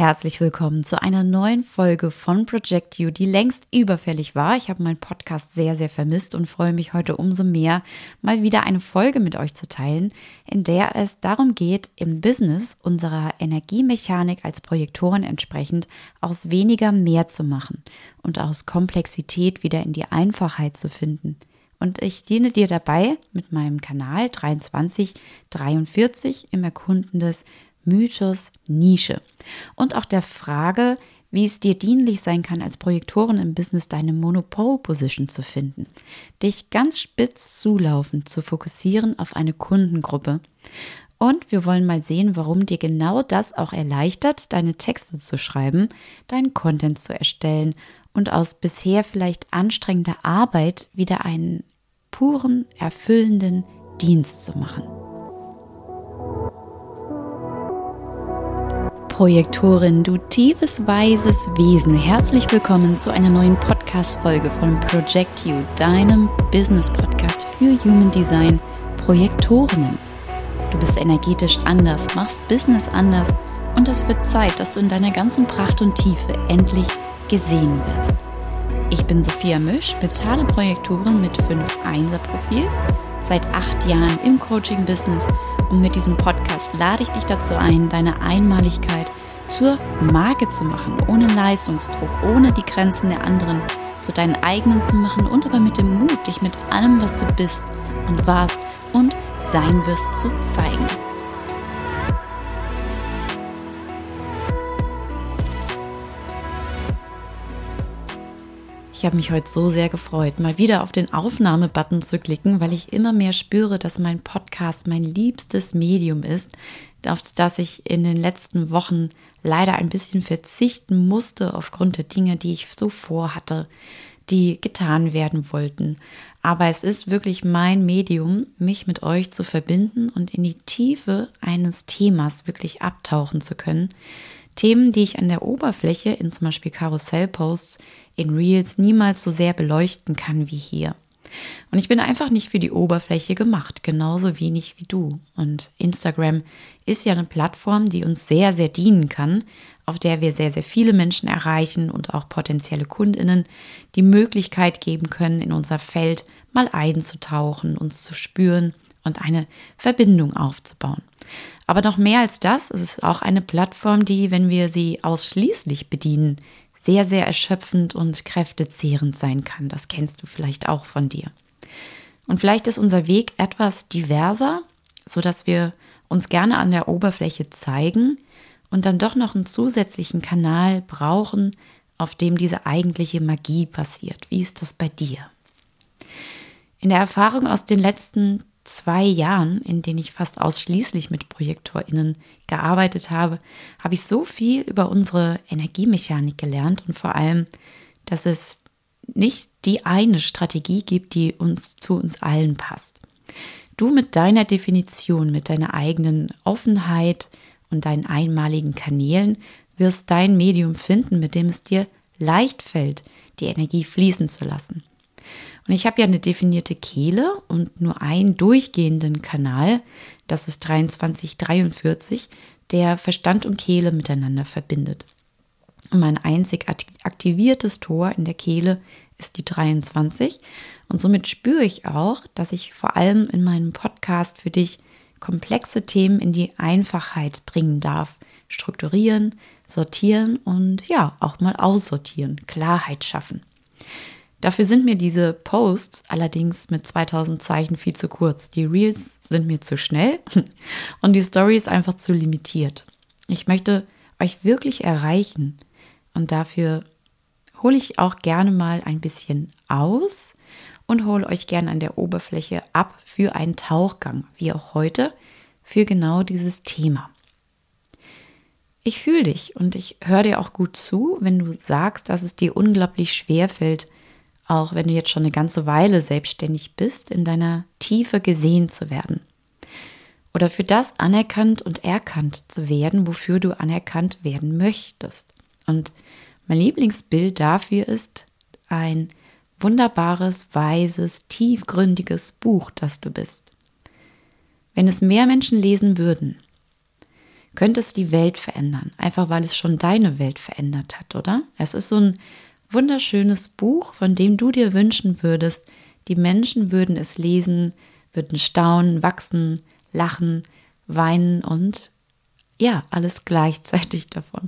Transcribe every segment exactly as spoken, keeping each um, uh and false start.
Herzlich willkommen zu einer neuen Folge von Project You, die längst überfällig war. Ich habe meinen Podcast sehr, sehr vermisst und freue mich heute umso mehr, mal wieder eine Folge mit euch zu teilen, in der es darum geht, im Business unserer Energiemechanik als Projektoren entsprechend aus weniger mehr zu machen und aus Komplexität wieder in die Einfachheit zu finden. Und ich diene dir dabei mit meinem Kanal dreiundzwanzig dreiundvierzig im Erkunden des Mythos Nische und auch der Frage, wie es dir dienlich sein kann, als Projektorin im Business deine Monopole-Position zu finden, dich ganz spitz zulaufend zu fokussieren auf eine Kundengruppe. Und wir wollen mal sehen, warum dir genau das auch erleichtert, deine Texte zu schreiben, deinen Content zu erstellen und aus bisher vielleicht anstrengender Arbeit wieder einen puren, erfüllenden Dienst zu machen. Projektorin, du tiefes, weises Wesen, herzlich willkommen zu einer neuen Podcast-Folge von Project You, deinem Business-Podcast für Human Design Projektorinnen. Du bist energetisch anders, machst Business anders und es wird Zeit, dass du in deiner ganzen Pracht und Tiefe endlich gesehen wirst. Ich bin Sophia Misch, mentale Projektorin mit fünf Einser-Profil, seit acht Jahren im Coaching-Business. Und mit diesem Podcast lade ich dich dazu ein, deine Einmaligkeit zur Marke zu machen, ohne Leistungsdruck, ohne die Grenzen der anderen zu deinen eigenen zu machen und aber mit dem Mut, dich mit allem, was du bist und warst und sein wirst, zu zeigen. Ich habe mich heute so sehr gefreut, mal wieder auf den Aufnahme-Button zu klicken, weil ich immer mehr spüre, dass mein Podcast mein liebstes Medium ist, auf das ich in den letzten Wochen leider ein bisschen verzichten musste aufgrund der Dinge, die ich so vorhatte, die getan werden wollten. Aber es ist wirklich mein Medium, mich mit euch zu verbinden und in die Tiefe eines Themas wirklich abtauchen zu können. Themen, die ich an der Oberfläche in zum Beispiel Karussellposts, in Reels niemals so sehr beleuchten kann wie hier. Und ich bin einfach nicht für die Oberfläche gemacht, genauso wenig wie du. Und Instagram ist ja eine Plattform, die uns sehr, sehr dienen kann, auf der wir sehr, sehr viele Menschen erreichen und auch potenzielle KundInnen die Möglichkeit geben können, in unser Feld mal einzutauchen, uns zu spüren und eine Verbindung aufzubauen. Aber noch mehr als das, es ist auch eine Plattform, die, wenn wir sie ausschließlich bedienen, sehr, sehr erschöpfend und kräftezehrend sein kann. Das kennst du vielleicht auch von dir. Und vielleicht ist unser Weg etwas diverser, sodass wir uns gerne an der Oberfläche zeigen und dann doch noch einen zusätzlichen Kanal brauchen, auf dem diese eigentliche Magie passiert. Wie ist das bei dir? In der Erfahrung aus den letzten zwei Jahren, in denen ich fast ausschließlich mit ProjektorInnen gearbeitet habe, habe ich so viel über unsere Energiemechanik gelernt und vor allem, dass es nicht die eine Strategie gibt, die uns zu uns allen passt. Du mit deiner Definition, mit deiner eigenen Offenheit und deinen einmaligen Kanälen wirst dein Medium finden, mit dem es dir leicht fällt, die Energie fließen zu lassen. Und ich habe ja eine definierte Kehle und nur einen durchgehenden Kanal, das ist dreiundzwanzig dreiundvierzig, der Verstand und Kehle miteinander verbindet. Und mein einzig aktiviertes Tor in der Kehle ist die dreiundzwanzig und somit spüre ich auch, dass ich vor allem in meinem Podcast für dich komplexe Themen in die Einfachheit bringen darf, strukturieren, sortieren und ja, auch mal aussortieren, Klarheit schaffen. Dafür sind mir diese Posts allerdings mit zweitausend Zeichen viel zu kurz. Die Reels sind mir zu schnell und die Stories einfach zu limitiert. Ich möchte euch wirklich erreichen und dafür hole ich auch gerne mal ein bisschen aus und hole euch gerne an der Oberfläche ab für einen Tauchgang, wie auch heute, für genau dieses Thema. Ich fühle dich und ich höre dir auch gut zu, wenn du sagst, dass es dir unglaublich schwer fällt, auch wenn du jetzt schon eine ganze Weile selbstständig bist, in deiner Tiefe gesehen zu werden. Oder für das anerkannt und erkannt zu werden, wofür du anerkannt werden möchtest. Und mein Lieblingsbild dafür ist ein wunderbares, weises, tiefgründiges Buch, das du bist. Wenn es mehr Menschen lesen würden, könnte es die Welt verändern, einfach weil es schon deine Welt verändert hat, oder? Es ist so ein wunderschönes Buch, von dem du dir wünschen würdest, die Menschen würden es lesen, würden staunen, wachsen, lachen, weinen und ja, alles gleichzeitig davon.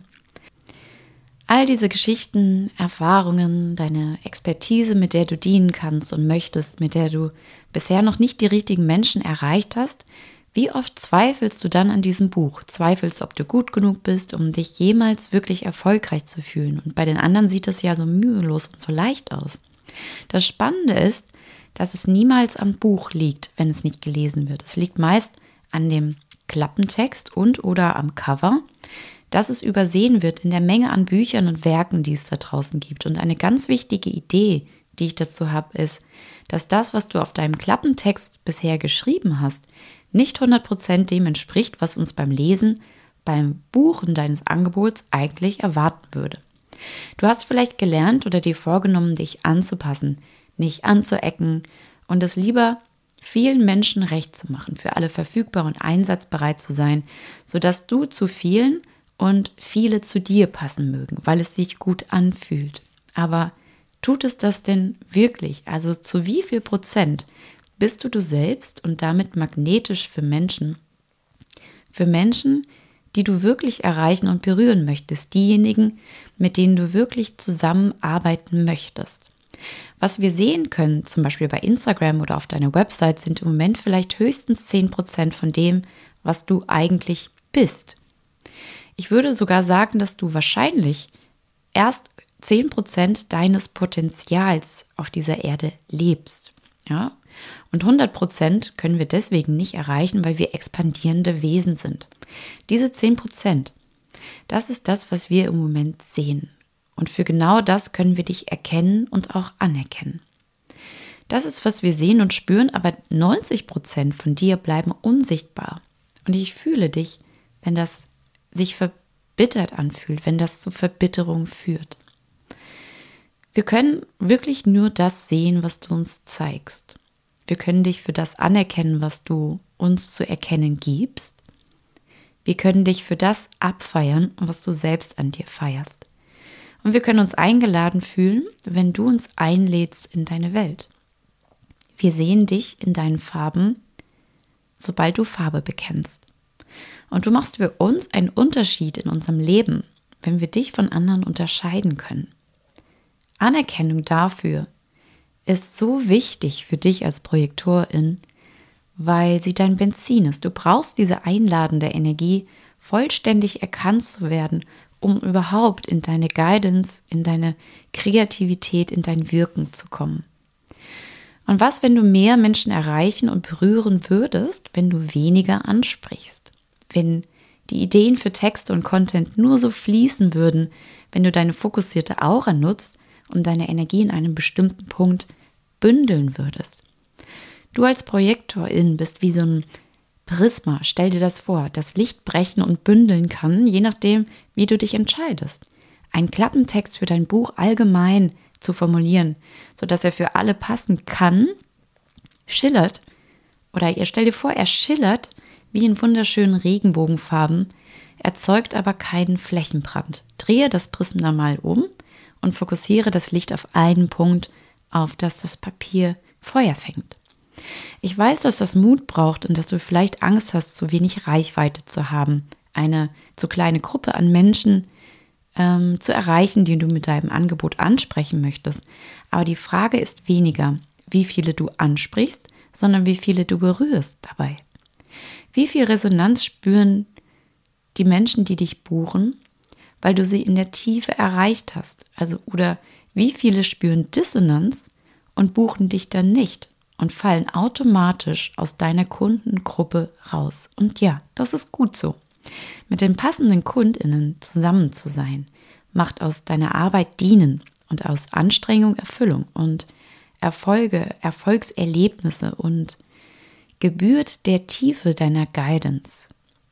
All diese Geschichten, Erfahrungen, deine Expertise, mit der du dienen kannst und möchtest, mit der du bisher noch nicht die richtigen Menschen erreicht hast, wie oft zweifelst du dann an diesem Buch? Zweifelst, ob du gut genug bist, um dich jemals wirklich erfolgreich zu fühlen? Und bei den anderen sieht es ja so mühelos und so leicht aus. Das Spannende ist, dass es niemals am Buch liegt, wenn es nicht gelesen wird. Es liegt meist an dem Klappentext und oder am Cover, dass es übersehen wird in der Menge an Büchern und Werken, die es da draußen gibt. Und eine ganz wichtige Idee, die ich dazu habe, ist, dass das, was du auf deinem Klappentext bisher geschrieben hast, nicht hundert Prozent dem entspricht, was uns beim Lesen, beim Buchen deines Angebots eigentlich erwarten würde. Du hast vielleicht gelernt oder dir vorgenommen, dich anzupassen, nicht anzuecken und es lieber vielen Menschen recht zu machen, für alle verfügbar und einsatzbereit zu sein, sodass du zu vielen und viele zu dir passen mögen, weil es sich gut anfühlt. Aber tut es das denn wirklich? Also zu wie viel Prozent bist du du selbst und damit magnetisch für Menschen? Für Menschen, die du wirklich erreichen und berühren möchtest, diejenigen, mit denen du wirklich zusammenarbeiten möchtest. Was wir sehen können, zum Beispiel bei Instagram oder auf deiner Website, sind im Moment vielleicht höchstens zehn Prozent von dem, was du eigentlich bist. Ich würde sogar sagen, dass du wahrscheinlich erst zehn Prozent deines Potenzials auf dieser Erde lebst. Ja? Und hundert Prozent können wir deswegen nicht erreichen, weil wir expandierende Wesen sind. Diese zehn Prozent, das ist das, was wir im Moment sehen. Und für genau das können wir dich erkennen und auch anerkennen. Das ist, was wir sehen und spüren, aber neunzig Prozent von dir bleiben unsichtbar. Und ich fühle dich, wenn das sich verbittert anfühlt, wenn das zu Verbitterung führt. Wir können wirklich nur das sehen, was du uns zeigst. Wir können dich für das anerkennen, was du uns zu erkennen gibst. Wir können dich für das abfeiern, was du selbst an dir feierst. Und wir können uns eingeladen fühlen, wenn du uns einlädst in deine Welt. Wir sehen dich in deinen Farben, sobald du Farbe bekennst. Und du machst für uns einen Unterschied in unserem Leben, wenn wir dich von anderen unterscheiden können. Anerkennung dafür ist so wichtig für dich als Projektorin, weil sie dein Benzin ist. Du brauchst diese einladende Energie, vollständig erkannt zu werden, um überhaupt in deine Guidance, in deine Kreativität, in dein Wirken zu kommen. Und was, wenn du mehr Menschen erreichen und berühren würdest, wenn du weniger ansprichst? Wenn die Ideen für Texte und Content nur so fließen würden, wenn du deine fokussierte Aura nutzt und deine Energie in einem bestimmten Punkt bündeln würdest. Du als Projektorin bist wie so ein Prisma, stell dir das vor, das Licht brechen und bündeln kann, je nachdem, wie du dich entscheidest. Einen Klappentext für dein Buch allgemein zu formulieren, sodass er für alle passen kann, schillert, oder ihr stell dir vor, er schillert wie in wunderschönen Regenbogenfarben, erzeugt aber keinen Flächenbrand. Drehe das Prisma mal um und fokussiere das Licht auf einen Punkt, auf das das Papier Feuer fängt. Ich weiß, dass das Mut braucht und dass du vielleicht Angst hast, zu wenig Reichweite zu haben, eine zu kleine Gruppe an Menschen ähm, zu erreichen, die du mit deinem Angebot ansprechen möchtest. Aber die Frage ist weniger, wie viele du ansprichst, sondern wie viele du berührst dabei. Wie viel Resonanz spüren die Menschen, die dich buchen, weil du sie in der Tiefe erreicht hast? Also, oder wie viele spüren Dissonanz und buchen dich dann nicht und fallen automatisch aus deiner Kundengruppe raus? Und ja, das ist gut so. Mit den passenden KundInnen zusammen zu sein, macht aus deiner Arbeit Dienen und aus Anstrengung Erfüllung und Erfolge, Erfolgserlebnisse und gebührt der Tiefe deiner Guidance.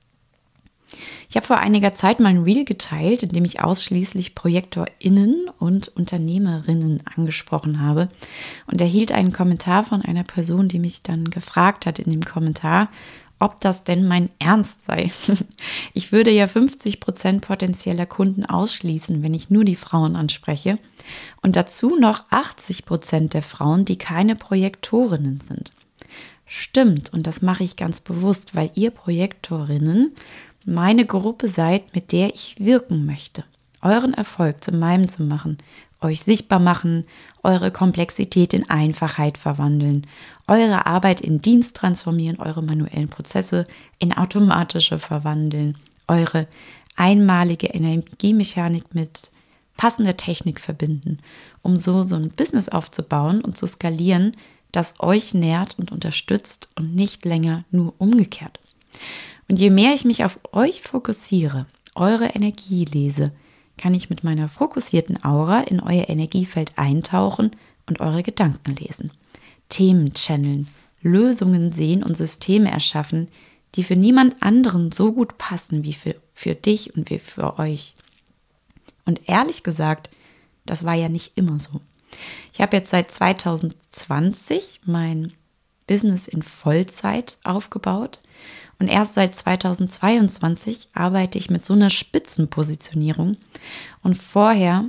Ich habe vor einiger Zeit mein Reel geteilt, in dem ich ausschließlich ProjektorInnen und UnternehmerInnen angesprochen habe und erhielt einen Kommentar von einer Person, die mich dann gefragt hat in dem Kommentar, ob das denn mein Ernst sei. Ich würde ja fünfzig Prozent potenzieller Kunden ausschließen, wenn ich nur die Frauen anspreche und dazu noch achtzig Prozent der Frauen, die keine Projektorinnen sind. Stimmt, und das mache ich ganz bewusst, weil ihr Projektorinnen meine Gruppe seid, mit der ich wirken möchte. Euren Erfolg zu meinem zu machen, euch sichtbar machen, eure Komplexität in Einfachheit verwandeln, eure Arbeit in Dienst transformieren, eure manuellen Prozesse in automatische verwandeln, eure einmalige Energiemechanik mit passender Technik verbinden, um so so ein Business aufzubauen und zu skalieren, das euch nährt und unterstützt und nicht länger nur umgekehrt. Und je mehr ich mich auf euch fokussiere, eure Energie lese, kann ich mit meiner fokussierten Aura in euer Energiefeld eintauchen und eure Gedanken lesen, Themen channeln, Lösungen sehen und Systeme erschaffen, die für niemand anderen so gut passen wie für, für dich und wie für euch. Und ehrlich gesagt, das war ja nicht immer so. Ich habe jetzt seit zwanzig zwanzig mein Business in Vollzeit aufgebaut und erst seit zwanzig zweiundzwanzig arbeite ich mit so einer Spitzenpositionierung und vorher,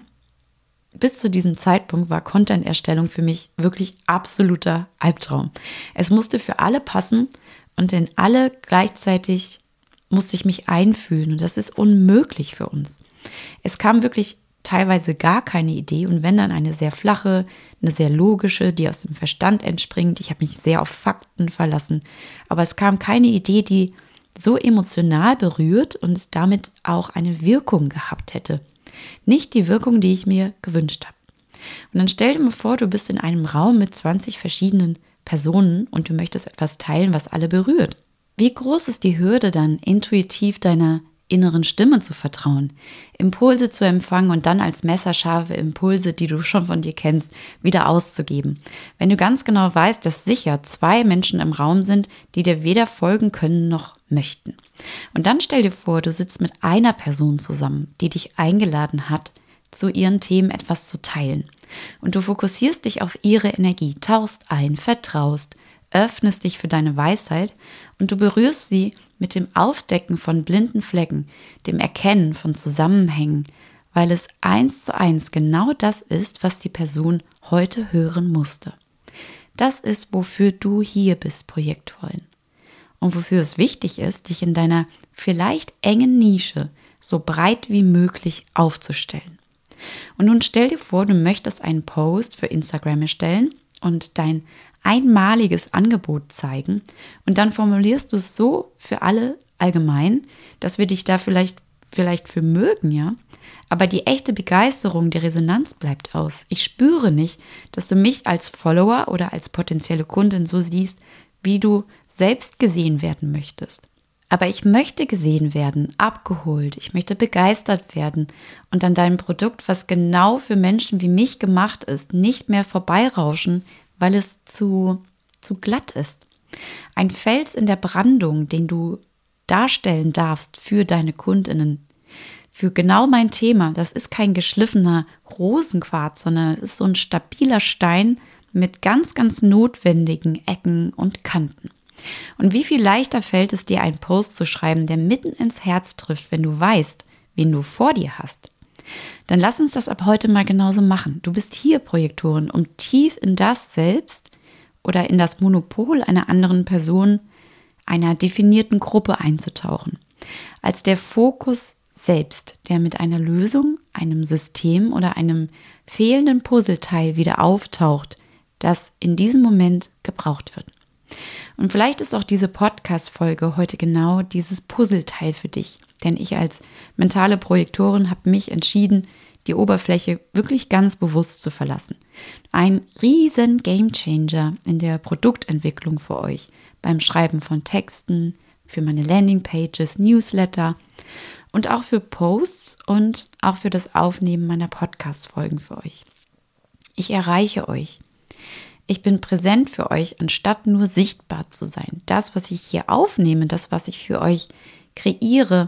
bis zu diesem Zeitpunkt, war Content-Erstellung für mich wirklich absoluter Albtraum. Es musste für alle passen und in alle gleichzeitig musste ich mich einfühlen und das ist unmöglich für uns. Es kam wirklich teilweise gar keine Idee und wenn dann eine sehr flache, eine sehr logische, die aus dem Verstand entspringt. Ich habe mich sehr auf Fakten verlassen, aber es kam keine Idee, die so emotional berührt und damit auch eine Wirkung gehabt hätte. Nicht die Wirkung, die ich mir gewünscht habe. Und dann stell dir mal vor, du bist in einem Raum mit zwanzig verschiedenen Personen und du möchtest etwas teilen, was alle berührt. Wie groß ist die Hürde dann, intuitiv deiner inneren Stimme zu vertrauen, Impulse zu empfangen und dann als messerscharfe Impulse, die du schon von dir kennst, wieder auszugeben. Wenn du ganz genau weißt, dass sicher zwei Menschen im Raum sind, die dir weder folgen können noch möchten. Und dann stell dir vor, du sitzt mit einer Person zusammen, die dich eingeladen hat, zu ihren Themen etwas zu teilen. Und du fokussierst dich auf ihre Energie, tauchst ein, vertraust, öffnest dich für deine Weisheit und du berührst sie mit dem Aufdecken von blinden Flecken, dem Erkennen von Zusammenhängen, weil es eins zu eins genau das ist, was die Person heute hören musste. Das ist, wofür du hier bist, Projektorin. Und wofür es wichtig ist, dich in deiner vielleicht engen Nische so breit wie möglich aufzustellen. Und nun stell dir vor, du möchtest einen Post für Instagram erstellen und dein einmaliges Angebot zeigen und dann formulierst du es so für alle allgemein, dass wir dich da vielleicht, vielleicht für mögen, ja. Aber die echte Begeisterung, die Resonanz bleibt aus. Ich spüre nicht, dass du mich als Follower oder als potenzielle Kundin so siehst, wie du selbst gesehen werden möchtest. Aber ich möchte gesehen werden, abgeholt, ich möchte begeistert werden und an deinem Produkt, was genau für Menschen wie mich gemacht ist, nicht mehr vorbeirauschen, weil es zu, zu glatt ist. Ein Fels in der Brandung, den du darstellen darfst für deine Kundinnen, für genau mein Thema. Das ist kein geschliffener Rosenquarz, sondern es ist so ein stabiler Stein mit ganz, ganz notwendigen Ecken und Kanten. Und wie viel leichter fällt es dir, einen Post zu schreiben, der mitten ins Herz trifft, wenn du weißt, wen du vor dir hast. Dann lass uns das ab heute mal genauso machen. Du bist hier Projektorin, um tief in das Selbst oder in das Monopol einer anderen Person, einer definierten Gruppe einzutauchen. Als der Fokus selbst, der mit einer Lösung, einem System oder einem fehlenden Puzzleteil wieder auftaucht, das in diesem Moment gebraucht wird. Und vielleicht ist auch diese Podcast-Folge heute genau dieses Puzzleteil für dich. Denn ich als mentale Projektorin habe mich entschieden, die Oberfläche wirklich ganz bewusst zu verlassen. Ein riesen Gamechanger in der Produktentwicklung für euch, beim Schreiben von Texten, für meine Landingpages, Newsletter und auch für Posts und auch für das Aufnehmen meiner Podcast-Folgen für euch. Ich erreiche euch. Ich bin präsent für euch, anstatt nur sichtbar zu sein. Das, was ich hier aufnehme, das, was ich für euch kreiere,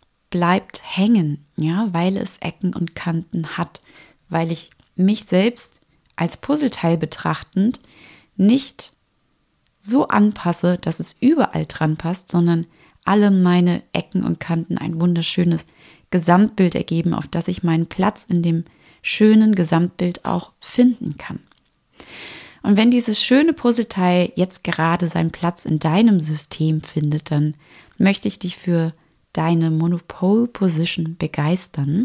bleibt hängen, ja, weil es Ecken und Kanten hat, weil ich mich selbst als Puzzleteil betrachtend nicht so anpasse, dass es überall dran passt, sondern alle meine Ecken und Kanten ein wunderschönes Gesamtbild ergeben, auf das ich meinen Platz in dem schönen Gesamtbild auch finden kann. Und wenn dieses schöne Puzzleteil jetzt gerade seinen Platz in deinem System findet, dann möchte ich dich für deine Monopole Position begeistern,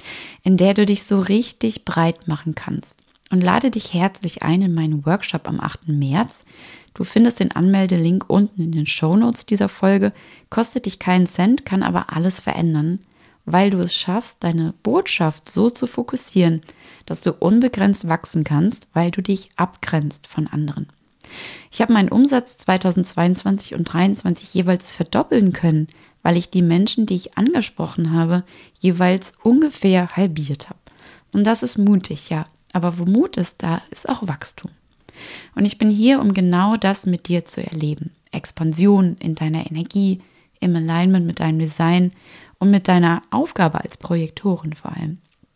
in der du dich so richtig breit machen kannst. Und lade dich herzlich ein in meinen Workshop am achten März. Du findest den Anmeldelink unten in den Shownotes dieser Folge. Kostet dich keinen Cent, kann aber alles verändern, weil du es schaffst, deine Botschaft so zu fokussieren, dass du unbegrenzt wachsen kannst, weil du dich abgrenzt von anderen. Ich habe meinen Umsatz zweitausendzweiundzwanzig und zweitausenddreiundzwanzig jeweils verdoppeln können, weil ich die Menschen, die ich angesprochen habe, jeweils ungefähr halbiert habe. Und das ist mutig, ja. Aber wo Mut ist, da ist auch Wachstum. Und ich bin hier, um genau das mit dir zu erleben. Expansion in deiner Energie, im Alignment mit deinem Design und mit deiner Aufgabe als Projektorin vor allem.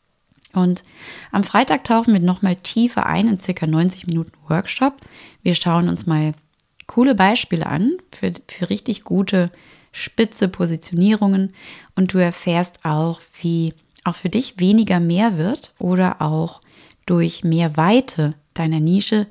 Und am Freitag tauchen wir nochmal tiefer ein in circa neunzig Minuten Workshop. Wir schauen uns mal coole Beispiele an für, für richtig gute, spitze Positionierungen. Und du erfährst auch, wie auch für dich weniger mehr wird oder auch durch mehr Weite deiner Nische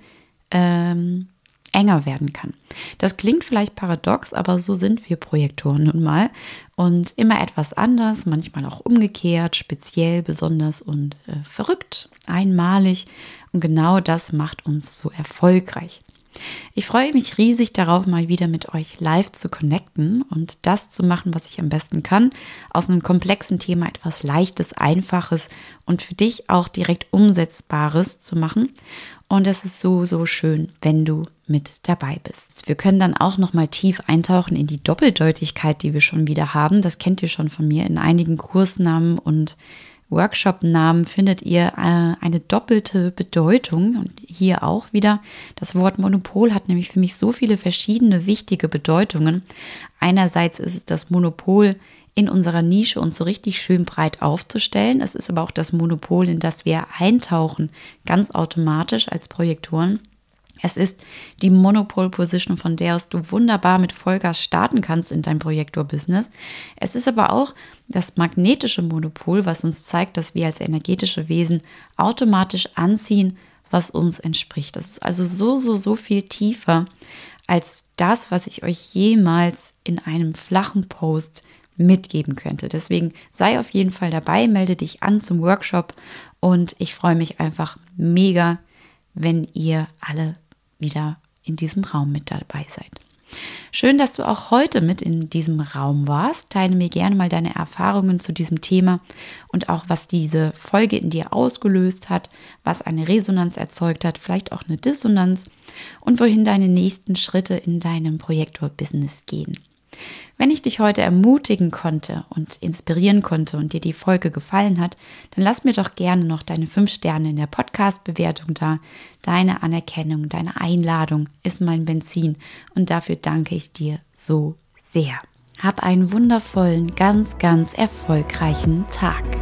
ähm, enger werden kann. Das klingt vielleicht paradox, aber so sind wir Projektoren nun mal und immer etwas anders, manchmal auch umgekehrt, speziell, besonders und äh, verrückt, einmalig und genau das macht uns so erfolgreich. Ich freue mich riesig darauf, mal wieder mit euch live zu connecten und das zu machen, was ich am besten kann, aus einem komplexen Thema etwas Leichtes, Einfaches und für dich auch direkt Umsetzbares zu machen. Und es ist so, so schön, wenn du mit dabei bist. Wir können dann auch nochmal tief eintauchen in die Doppeldeutigkeit, die wir schon wieder haben. Das kennt ihr schon von mir. In einigen Kursnamen und Workshop-Namen findet ihr äh, eine doppelte Bedeutung und hier auch wieder. Das Wort Monopol hat nämlich für mich so viele verschiedene wichtige Bedeutungen. Einerseits ist es das Monopol in unserer Nische uns so richtig schön breit aufzustellen. Es ist aber auch das Monopol, in das wir eintauchen, ganz automatisch als Projektoren. Es ist die Monopol-Position, von der aus du wunderbar mit Vollgas starten kannst in dein Projektor-Business. Es ist aber auch das magnetische Monopol, was uns zeigt, dass wir als energetische Wesen automatisch anziehen, was uns entspricht. Das ist also so, so, so viel tiefer als das, was ich euch jemals in einem flachen Post mitgeben könnte. Deswegen sei auf jeden Fall dabei, melde dich an zum Workshop und ich freue mich einfach mega, wenn ihr alle wieder in diesem Raum mit dabei seid. Schön, dass du auch heute mit in diesem Raum warst. Teile mir gerne mal deine Erfahrungen zu diesem Thema und auch, was diese Folge in dir ausgelöst hat, was eine Resonanz erzeugt hat, vielleicht auch eine Dissonanz und wohin deine nächsten Schritte in deinem Projektor-Business gehen. Wenn ich dich heute ermutigen konnte und inspirieren konnte und dir die Folge gefallen hat, dann lass mir doch gerne noch deine fünf Sterne in der Podcast-Bewertung da. Deine Anerkennung, deine Einladung ist mein Benzin und dafür danke ich dir so sehr. Hab einen wundervollen, ganz, ganz erfolgreichen Tag.